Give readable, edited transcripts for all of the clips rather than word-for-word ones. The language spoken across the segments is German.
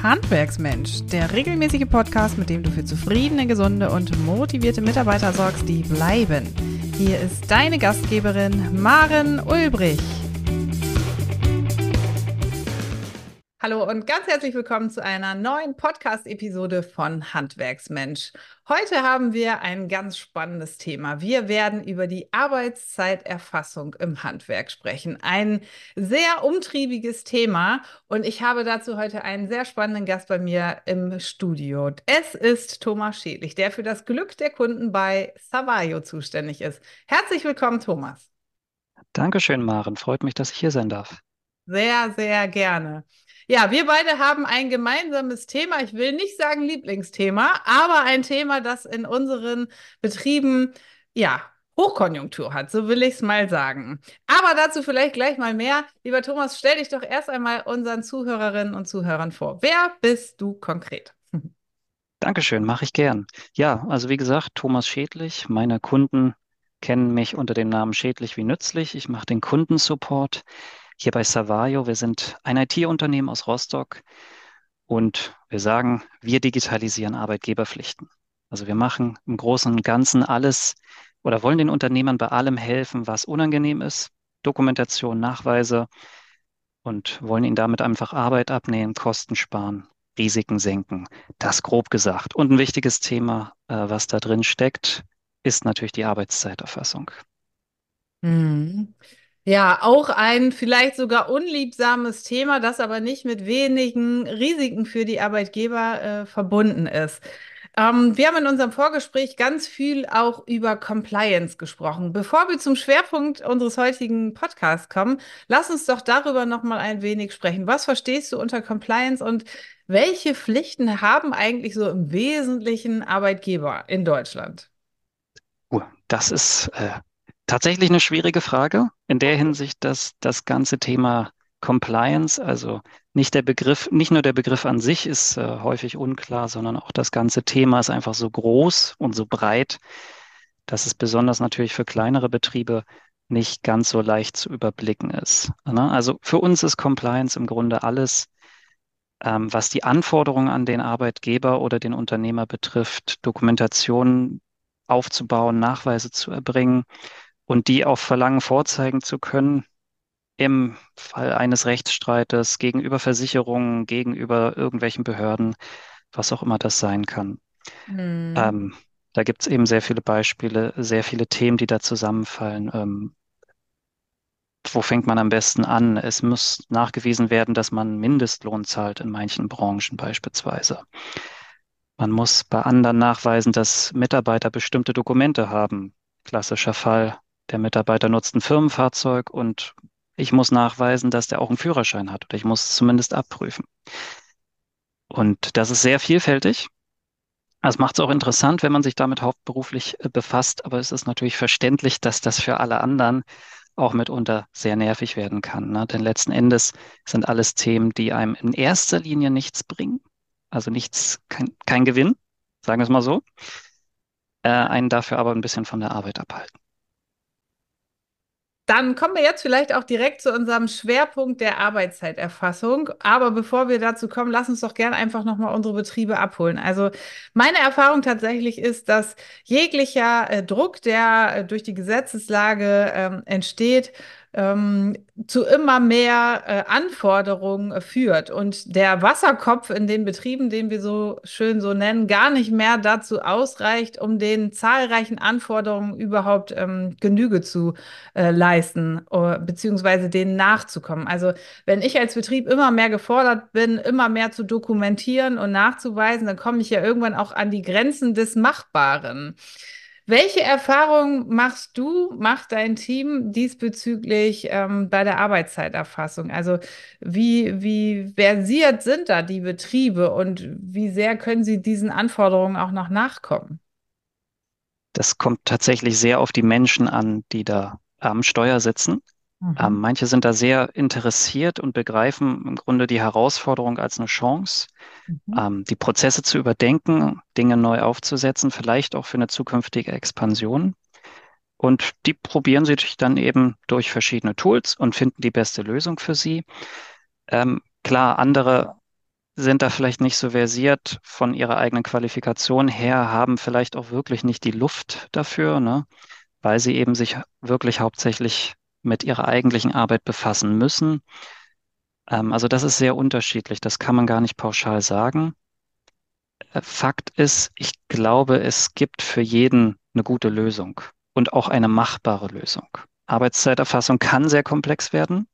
Handwerksmensch, der regelmäßige Podcast, mit dem du für zufriedene, gesunde und motivierte Mitarbeiter sorgst, die bleiben. Hier ist deine Gastgeberin Maren Ulbrich. Hallo und ganz herzlich willkommen zu einer neuen Podcast-Episode von Handwerksmensch. Heute haben wir ein ganz spannendes Thema. Wir werden über die Arbeitszeiterfassung im Handwerk sprechen. Ein sehr umtriebiges Thema und ich habe dazu heute einen sehr spannenden Gast bei mir im Studio. Es ist Thomas Schädlich, der für das Glück der Kunden bei Savaio zuständig ist. Herzlich willkommen, Thomas. Dankeschön, Maren. Freut mich, dass ich hier sein darf. Sehr, sehr gerne. Ja, wir beide haben ein gemeinsames Thema. Ich will nicht sagen Lieblingsthema, aber ein Thema, das in unseren Betrieben, ja, Hochkonjunktur hat, so will ich es mal sagen. Aber dazu vielleicht gleich mal mehr. Lieber Thomas, stell dich doch erst einmal unseren Zuhörerinnen und Zuhörern vor. Wer bist du konkret? Dankeschön, mache ich gern. Ja, also wie gesagt, Thomas Schädlich. Meine Kunden kennen mich unter dem Namen Schädlich wie nützlich. Ich mache den Kundensupport hier bei Savaio. Wir sind ein IT-Unternehmen aus Rostock und wir sagen, wir digitalisieren Arbeitgeberpflichten. Also wir machen im Großen und Ganzen alles oder wollen den Unternehmern bei allem helfen, was unangenehm ist. Dokumentation, Nachweise, und wollen ihnen damit einfach Arbeit abnehmen, Kosten sparen, Risiken senken. Das grob gesagt. Und ein wichtiges Thema, was da drin steckt, ist natürlich die Arbeitszeiterfassung. Mhm. Ja, auch ein vielleicht sogar unliebsames Thema, das aber nicht mit wenigen Risiken für die Arbeitgeber verbunden ist. Wir haben in unserem Vorgespräch ganz viel auch über Compliance gesprochen. Bevor wir zum Schwerpunkt unseres heutigen Podcasts kommen, lass uns doch darüber noch mal ein wenig sprechen. Was verstehst du unter Compliance und welche Pflichten haben eigentlich so im Wesentlichen Arbeitgeber in Deutschland? Das ist tatsächlich eine schwierige Frage in der Hinsicht, dass das ganze Thema Compliance, also nicht der Begriff, nicht nur der Begriff an sich ist häufig unklar, sondern auch das ganze Thema ist einfach so groß und so breit, dass es besonders natürlich für kleinere Betriebe nicht ganz so leicht zu überblicken ist. Ne? Also für uns ist Compliance im Grunde alles, was die Anforderungen an den Arbeitgeber oder den Unternehmer betrifft, Dokumentation aufzubauen, Nachweise zu erbringen und die auf Verlangen vorzeigen zu können im Fall eines Rechtsstreites gegenüber Versicherungen, gegenüber irgendwelchen Behörden, was auch immer das sein kann. Hm. Ähm, Da gibt es eben sehr viele Beispiele, sehr viele Themen, die da zusammenfallen. Wo fängt man am besten an? Es muss nachgewiesen werden, dass man Mindestlohn zahlt in manchen Branchen beispielsweise. Man muss bei anderen nachweisen, dass Mitarbeiter bestimmte Dokumente haben. Klassischer Fall, der Mitarbeiter nutzt ein Firmenfahrzeug und ich muss nachweisen, dass der auch einen Führerschein hat oder ich muss es zumindest abprüfen. Und das ist sehr vielfältig. Das macht es auch interessant, wenn man sich damit hauptberuflich befasst, aber es ist natürlich verständlich, dass das für alle anderen auch mitunter sehr nervig werden kann. Ne? Denn letzten Endes sind alles Themen, die einem in erster Linie nichts bringen, also nichts, kein Gewinn, sagen wir es mal so, einen dafür aber ein bisschen von der Arbeit abhalten. Dann kommen wir jetzt vielleicht auch direkt zu unserem Schwerpunkt der Arbeitszeiterfassung. Aber bevor wir dazu kommen, lass uns doch gerne einfach nochmal unsere Betriebe abholen. Also meine Erfahrung tatsächlich ist, dass jeglicher Druck, der durch die Gesetzeslage entsteht, zu immer mehr Anforderungen führt und der Wasserkopf in den Betrieben, den wir so schön so nennen, gar nicht mehr dazu ausreicht, um den zahlreichen Anforderungen überhaupt Genüge zu leisten, beziehungsweise denen nachzukommen. Also wenn ich als Betrieb immer mehr gefordert bin, immer mehr zu dokumentieren und nachzuweisen, dann komme ich ja irgendwann auch an die Grenzen des Machbaren. Welche Erfahrungen machst du, macht dein Team diesbezüglich bei der Arbeitszeiterfassung? Also wie versiert sind da die Betriebe und wie sehr können sie diesen Anforderungen auch noch nachkommen? Das kommt tatsächlich sehr auf die Menschen an, die da am Steuer sitzen. Mhm. Manche sind da sehr interessiert und begreifen im Grunde die Herausforderung als eine Chance, Mhm. die Prozesse zu überdenken, Dinge neu aufzusetzen, vielleicht auch für eine zukünftige Expansion. Und die probieren sich dann eben durch verschiedene Tools und finden die beste Lösung für sie. Klar, andere sind da vielleicht nicht so versiert von ihrer eigenen Qualifikation her, haben vielleicht auch wirklich nicht die Luft dafür, ne? Weil sie eben sich wirklich hauptsächlich mit ihrer eigentlichen Arbeit befassen müssen. Also das ist sehr unterschiedlich, das kann man gar nicht pauschal sagen. Fakt ist, ich glaube, es gibt für jeden eine gute Lösung und auch eine machbare Lösung. Arbeitszeiterfassung kann sehr komplex werden,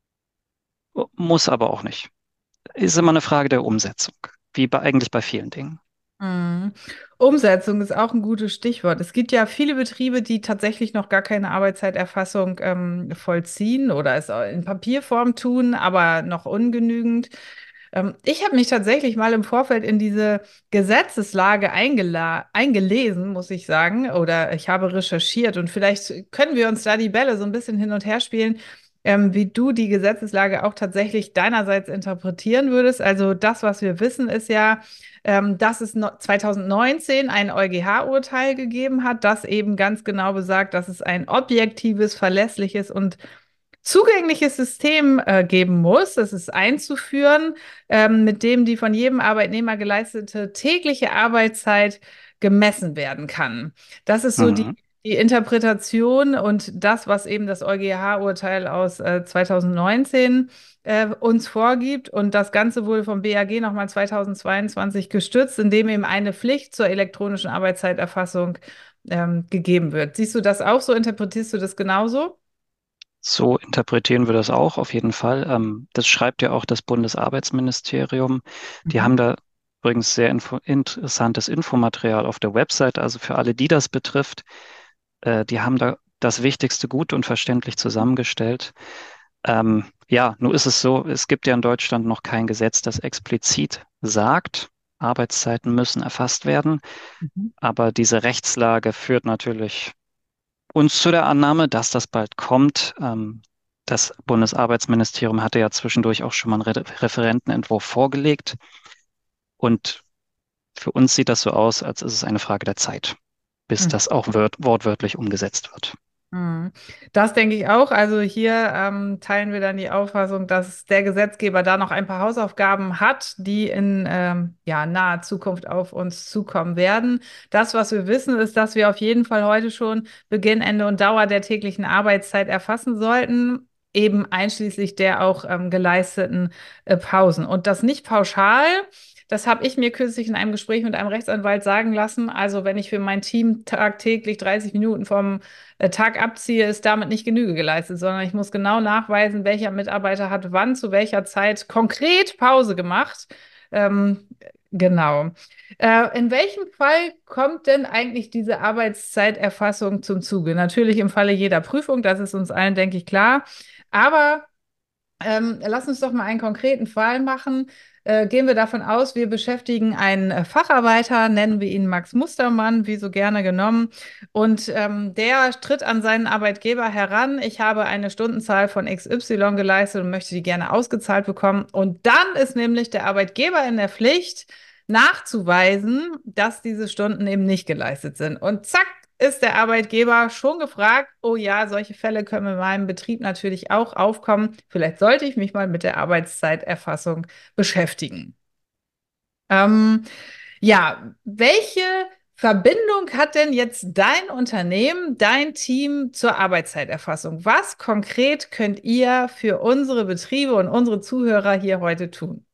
muss aber auch nicht. Ist immer eine Frage der Umsetzung, wie eigentlich bei vielen Dingen. Mhm. Umsetzung ist auch ein gutes Stichwort. Es gibt ja viele Betriebe, die tatsächlich noch gar keine Arbeitszeiterfassung vollziehen oder es in Papierform tun, aber noch ungenügend. Ich habe mich tatsächlich mal im Vorfeld in diese Gesetzeslage eingelesen, muss ich sagen, oder ich habe recherchiert und vielleicht können wir uns da die Bälle so ein bisschen hin und her spielen, wie du die Gesetzeslage auch tatsächlich deinerseits interpretieren würdest. Also das, was wir wissen, ist ja, dass es 2019 ein EuGH-Urteil gegeben hat, das eben ganz genau besagt, dass es ein objektives, verlässliches und zugängliches System geben muss. Es ist einzuführen, mit dem die von jedem Arbeitnehmer geleistete tägliche Arbeitszeit gemessen werden kann. Das ist so Mhm. die Interpretation und das, was eben das EuGH-Urteil aus 2019 uns vorgibt. Und das Ganze wurde vom BAG nochmal 2022 gestützt, indem eben eine Pflicht zur elektronischen Arbeitszeiterfassung gegeben wird. Siehst du das auch so? Interpretierst du das genauso? So interpretieren wir das auch auf jeden Fall. Das schreibt ja auch das Bundesarbeitsministerium. Die Mhm. haben da übrigens sehr interessantes Infomaterial auf der Website, also für alle, die das betrifft. Die haben da das Wichtigste gut und verständlich zusammengestellt. Ja, nun ist es so, es gibt ja in Deutschland noch kein Gesetz, das explizit sagt, Arbeitszeiten müssen erfasst werden. Mhm. Aber diese Rechtslage führt natürlich uns zu der Annahme, dass das bald kommt. Das Bundesarbeitsministerium hatte ja zwischendurch auch schon mal einen Referentenentwurf vorgelegt. Und für uns sieht das so aus, als ist es eine Frage der Zeit, bis das auch wortwörtlich umgesetzt wird. Mhm. Das denke ich auch. Also hier teilen wir dann die Auffassung, dass der Gesetzgeber da noch ein paar Hausaufgaben hat, die in ja, naher Zukunft auf uns zukommen werden. Das, was wir wissen, ist, dass wir auf jeden Fall heute schon Beginn, Ende und Dauer der täglichen Arbeitszeit erfassen sollten, eben einschließlich der auch geleisteten Pausen. Und das nicht pauschal. Das habe ich mir kürzlich in einem Gespräch mit einem Rechtsanwalt sagen lassen. Also wenn ich für mein Team tagtäglich 30 Minuten vom Tag abziehe, ist damit nicht Genüge geleistet, sondern ich muss genau nachweisen, welcher Mitarbeiter hat wann zu welcher Zeit konkret Pause gemacht. Ähm, genau. In welchem Fall kommt denn eigentlich diese Arbeitszeiterfassung zum Zuge? Natürlich im Falle jeder Prüfung, das ist uns allen, denke ich, klar. Aber lass uns doch mal einen konkreten Fall machen. Gehen wir davon aus, wir beschäftigen einen Facharbeiter, nennen wir ihn Max Mustermann, wie so gerne genommen. Und der tritt an seinen Arbeitgeber heran. Ich habe eine Stundenzahl von XY geleistet und möchte die gerne ausgezahlt bekommen. Und dann ist nämlich der Arbeitgeber in der Pflicht, nachzuweisen, dass diese Stunden eben nicht geleistet sind. Und zack, ist der Arbeitgeber schon gefragt, oh ja, solche Fälle können in meinem Betrieb natürlich auch aufkommen. Vielleicht sollte ich mich mal mit der Arbeitszeiterfassung beschäftigen. Ähm, ja, welche Verbindung hat denn jetzt dein Unternehmen, dein Team zur Arbeitszeiterfassung? Was konkret könnt ihr für unsere Betriebe und unsere Zuhörer hier heute tun?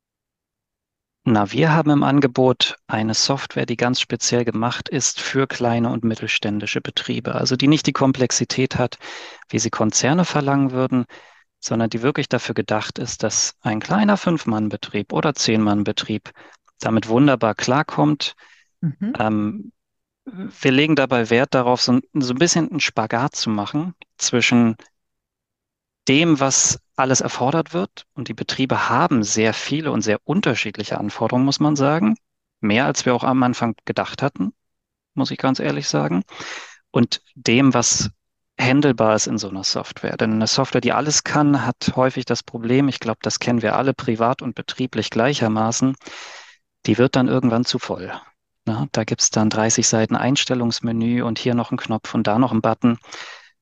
Na, wir haben im Angebot eine Software, die ganz speziell gemacht ist für kleine und mittelständische Betriebe. Also die nicht die Komplexität hat, wie sie Konzerne verlangen würden, sondern die wirklich dafür gedacht ist, dass ein kleiner Fünf-Mann-Betrieb oder Zehn-Mann-Betrieb damit wunderbar klarkommt. Mhm. Ähm, Wir legen dabei Wert darauf, so ein bisschen einen Spagat zu machen zwischen dem, was alles erfordert wird. Und die Betriebe haben sehr viele und sehr unterschiedliche Anforderungen, muss man sagen. Mehr als wir auch am Anfang gedacht hatten, muss ich ganz ehrlich sagen. Und dem, was handelbar ist in so einer Software. Denn eine Software, die alles kann, hat häufig das Problem, ich glaube, das kennen wir alle privat und betrieblich gleichermaßen, die wird dann irgendwann zu voll. Na, da gibt es dann 30 Seiten Einstellungsmenü und hier noch einen Knopf und da noch einen Button.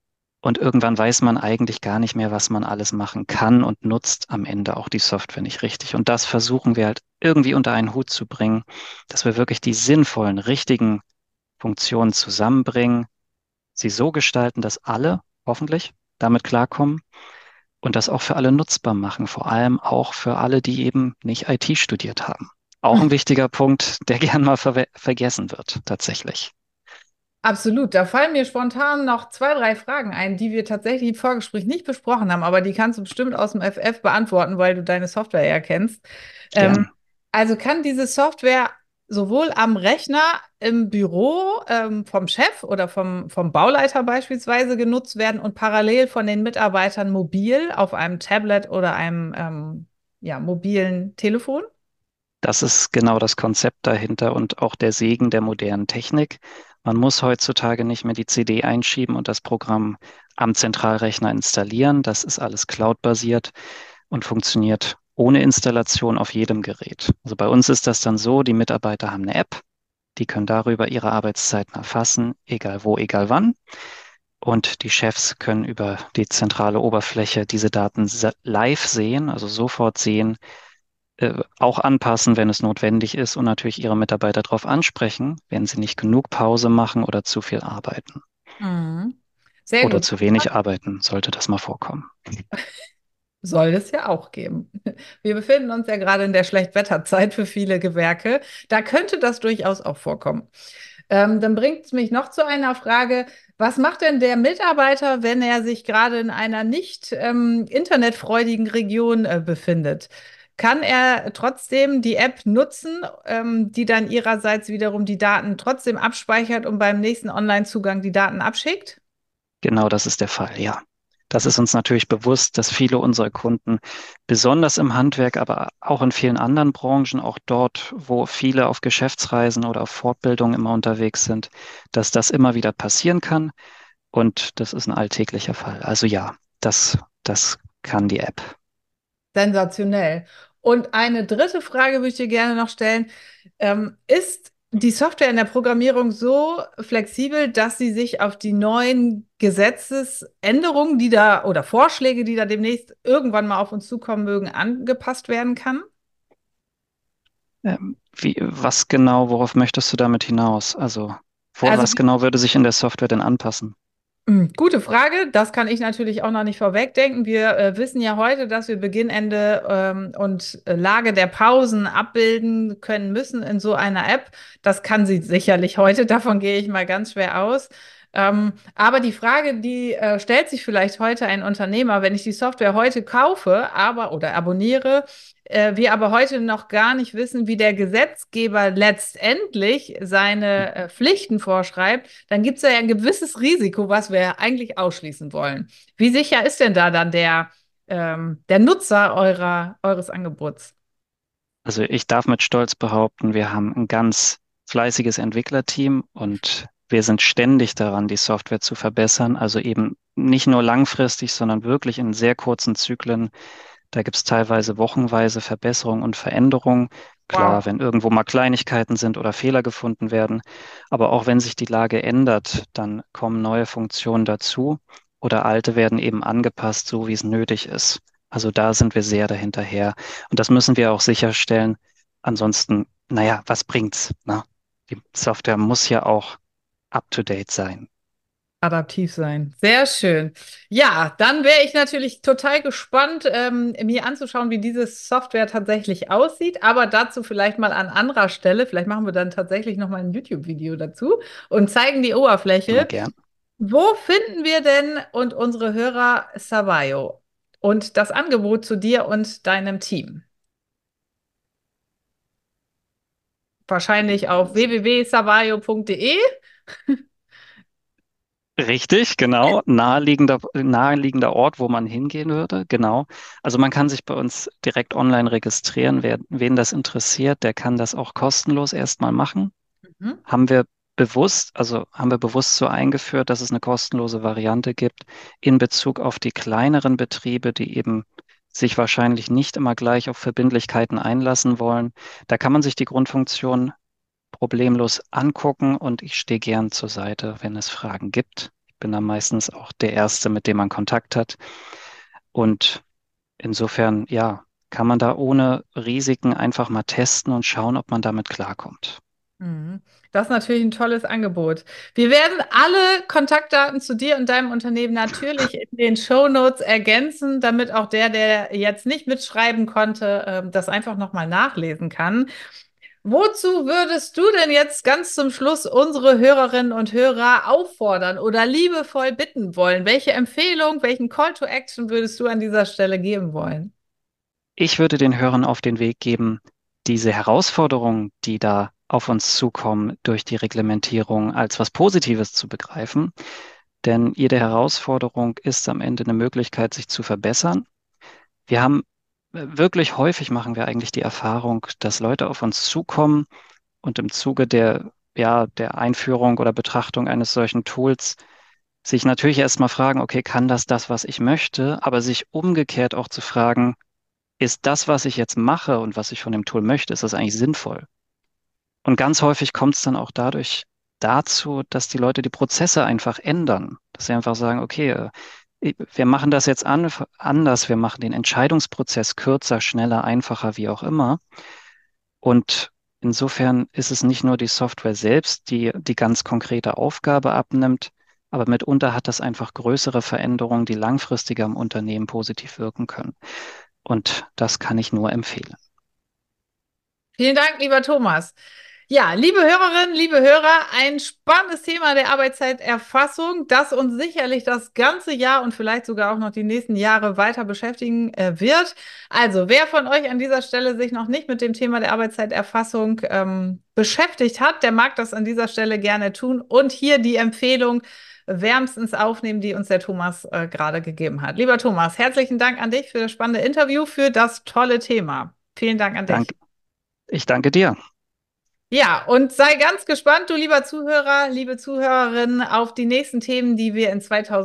Und irgendwann weiß man eigentlich gar nicht mehr, was man alles machen kann und nutzt am Ende auch die Software nicht richtig. Und das versuchen wir halt irgendwie unter einen Hut zu bringen, dass wir wirklich die sinnvollen, richtigen Funktionen zusammenbringen, sie so gestalten, dass alle hoffentlich damit klarkommen und das auch für alle nutzbar machen, vor allem auch für alle, die eben nicht IT studiert haben. Auch ein wichtiger Punkt, der gern mal vergessen wird, tatsächlich. Absolut. Da fallen mir spontan noch zwei, drei Fragen ein, die wir tatsächlich im Vorgespräch nicht besprochen haben, aber die kannst du bestimmt aus dem FF beantworten, weil du deine Software ja kennst. Ähm, Gern. also kann diese Software sowohl am Rechner im Büro vom Chef oder vom Bauleiter beispielsweise genutzt werden und parallel von den Mitarbeitern mobil auf einem Tablet oder einem ja, mobilen Telefon? Das ist genau das Konzept dahinter und auch der Segen der modernen Technik. Man muss heutzutage nicht mehr die CD einschieben und das Programm am Zentralrechner installieren. Das ist alles cloud-basiert und funktioniert ohne Installation auf jedem Gerät. Also bei uns ist das dann so, die Mitarbeiter haben eine App, die können darüber ihre Arbeitszeiten erfassen, egal wo, egal wann. Und die Chefs können über die zentrale Oberfläche diese Daten live sehen, also sofort sehen, auch anpassen, wenn es notwendig ist und natürlich ihre Mitarbeiter darauf ansprechen, wenn sie nicht genug Pause machen oder zu viel arbeiten. Mhm. Sehr Oder gut. zu wenig arbeiten, sollte das mal vorkommen. Soll es ja auch geben. Wir befinden uns ja gerade in der Schlechtwetterzeit für viele Gewerke. Da könnte das durchaus auch vorkommen. Dann bringt es mich noch zu einer Frage. Was macht denn der Mitarbeiter, wenn er sich gerade in einer nicht internetfreudigen Region befindet? Kann er trotzdem die App nutzen, die dann ihrerseits wiederum die Daten trotzdem abspeichert und beim nächsten Online-Zugang die Daten abschickt? Genau das ist der Fall, ja. Das ist uns natürlich bewusst, dass viele unserer Kunden, besonders im Handwerk, aber auch in vielen anderen Branchen, auch dort, wo viele auf Geschäftsreisen oder auf Fortbildungen immer unterwegs sind, dass das immer wieder passieren kann. Und das ist ein alltäglicher Fall. Also ja, das kann die App. Sensationell. Und eine dritte Frage würde ich dir gerne noch stellen. Ist die Software in der Programmierung so flexibel, dass sie sich auf die neuen Gesetzesänderungen, die da oder Vorschläge, die da demnächst irgendwann mal auf uns zukommen mögen, angepasst werden kann? Was genau, worauf möchtest du damit hinaus? Also, Also was genau würde sich in der Software denn anpassen? Gute Frage. Das kann ich natürlich auch noch nicht vorwegdenken. Wir wissen ja heute, dass wir Beginn, Ende und Lage der Pausen abbilden können müssen in so einer App. Das kann sie sicherlich heute. Davon gehe ich mal ganz schwer aus. Aber die Frage, die stellt sich vielleicht heute ein Unternehmer, wenn ich die Software heute kaufe, aber oder abonniere, wir aber heute noch gar nicht wissen, wie der Gesetzgeber letztendlich seine Pflichten vorschreibt, dann gibt es ja ein gewisses Risiko, was wir eigentlich ausschließen wollen. Wie sicher ist denn da dann der Nutzer eures Angebots? Also, ich darf mit Stolz behaupten, wir haben ein ganz fleißiges Entwicklerteam und wir sind ständig daran, die Software zu verbessern. Also eben nicht nur langfristig, sondern wirklich in sehr kurzen Zyklen. Da gibt es teilweise wochenweise Verbesserungen und Veränderungen. Klar, Wow. wenn irgendwo mal Kleinigkeiten sind oder Fehler gefunden werden. Aber auch wenn sich die Lage ändert, dann kommen neue Funktionen dazu oder alte werden eben angepasst, so wie es nötig ist. Also da sind wir sehr dahinterher. Und das müssen wir auch sicherstellen. Ansonsten, naja, was bringt's, ne? Die Software muss ja auch up-to-date sein. Adaptiv sein. Sehr schön. Ja, dann wäre ich natürlich total gespannt, mir anzuschauen, wie diese Software tatsächlich aussieht. Aber dazu vielleicht mal an anderer Stelle. Vielleicht machen wir dann tatsächlich noch mal ein YouTube-Video dazu und zeigen die Immer Oberfläche. gern. Wo finden wir denn und unsere Hörer Savayo und das Angebot zu dir und deinem Team? Wahrscheinlich auf www.savayo.de. Richtig, genau. Naheliegender Ort, wo man hingehen würde. Genau. Also man kann sich bei uns direkt online registrieren. Wen das interessiert, der kann das auch kostenlos erstmal machen. Mhm. Haben wir bewusst so eingeführt, dass es eine kostenlose Variante gibt in Bezug auf die kleineren Betriebe, die eben sich wahrscheinlich nicht immer gleich auf Verbindlichkeiten einlassen wollen. Da kann man sich die Grundfunktion problemlos angucken und ich stehe gern zur Seite, wenn es Fragen gibt. Ich bin dann meistens auch der Erste, mit dem man Kontakt hat. Und insofern, ja, kann man da ohne Risiken einfach mal testen und schauen, ob man damit klarkommt. Mhm. Das ist natürlich ein tolles Angebot. Wir werden alle Kontaktdaten zu dir und deinem Unternehmen natürlich in den Shownotes ergänzen, damit auch der jetzt nicht mitschreiben konnte, das einfach nochmal nachlesen kann. Wozu würdest du denn jetzt ganz zum Schluss unsere Hörerinnen und Hörer auffordern oder liebevoll bitten wollen? Welche Empfehlung, welchen Call to Action würdest du an dieser Stelle geben wollen? Ich würde den Hörern auf den Weg geben, diese Herausforderungen, die da auf uns zukommen, durch die Reglementierung als was Positives zu begreifen. Denn jede Herausforderung ist am Ende eine Möglichkeit, sich zu verbessern. Wir haben wirklich häufig machen wir eigentlich die Erfahrung, dass Leute auf uns zukommen und im Zuge der Einführung oder Betrachtung eines solchen Tools sich natürlich erstmal fragen, okay, kann das, was ich möchte, aber sich umgekehrt auch zu fragen, ist das, was ich jetzt mache und was ich von dem Tool möchte, ist das eigentlich sinnvoll? Und ganz häufig kommt es dann auch dadurch dazu, dass die Leute die Prozesse einfach ändern. Dass sie einfach sagen, okay, wir machen das jetzt anders, wir machen den Entscheidungsprozess kürzer, schneller, einfacher, wie auch immer. Und insofern ist es nicht nur die Software selbst, die die ganz konkrete Aufgabe abnimmt, aber mitunter hat das einfach größere Veränderungen, die langfristiger im Unternehmen positiv wirken können. Und das kann ich nur empfehlen. Vielen Dank, lieber Thomas. Ja, liebe Hörerinnen, liebe Hörer, ein spannendes Thema der Arbeitszeiterfassung, das uns sicherlich das ganze Jahr und vielleicht sogar auch noch die nächsten Jahre weiter beschäftigen wird. Also, wer von euch an dieser Stelle sich noch nicht mit dem Thema der Arbeitszeiterfassung beschäftigt hat, der mag das an dieser Stelle gerne tun. Und hier die Empfehlung wärmstens aufnehmen, die uns der Thomas gerade gegeben hat. Lieber Thomas, herzlichen Dank an dich für das spannende Interview, für das tolle Thema. Vielen Dank an dich. Ich danke dir. Ja, und sei ganz gespannt, du lieber Zuhörer, liebe Zuhörerinnen, auf die nächsten Themen, die wir in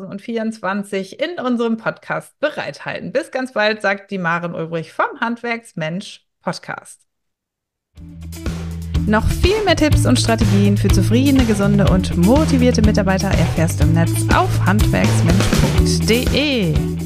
2024 in unserem Podcast bereithalten. Bis ganz bald, sagt die Maren Ulbrich vom Handwerksmensch Podcast. Noch viel mehr Tipps und Strategien für zufriedene, gesunde und motivierte Mitarbeiter erfährst du im Netz auf handwerksmensch.de.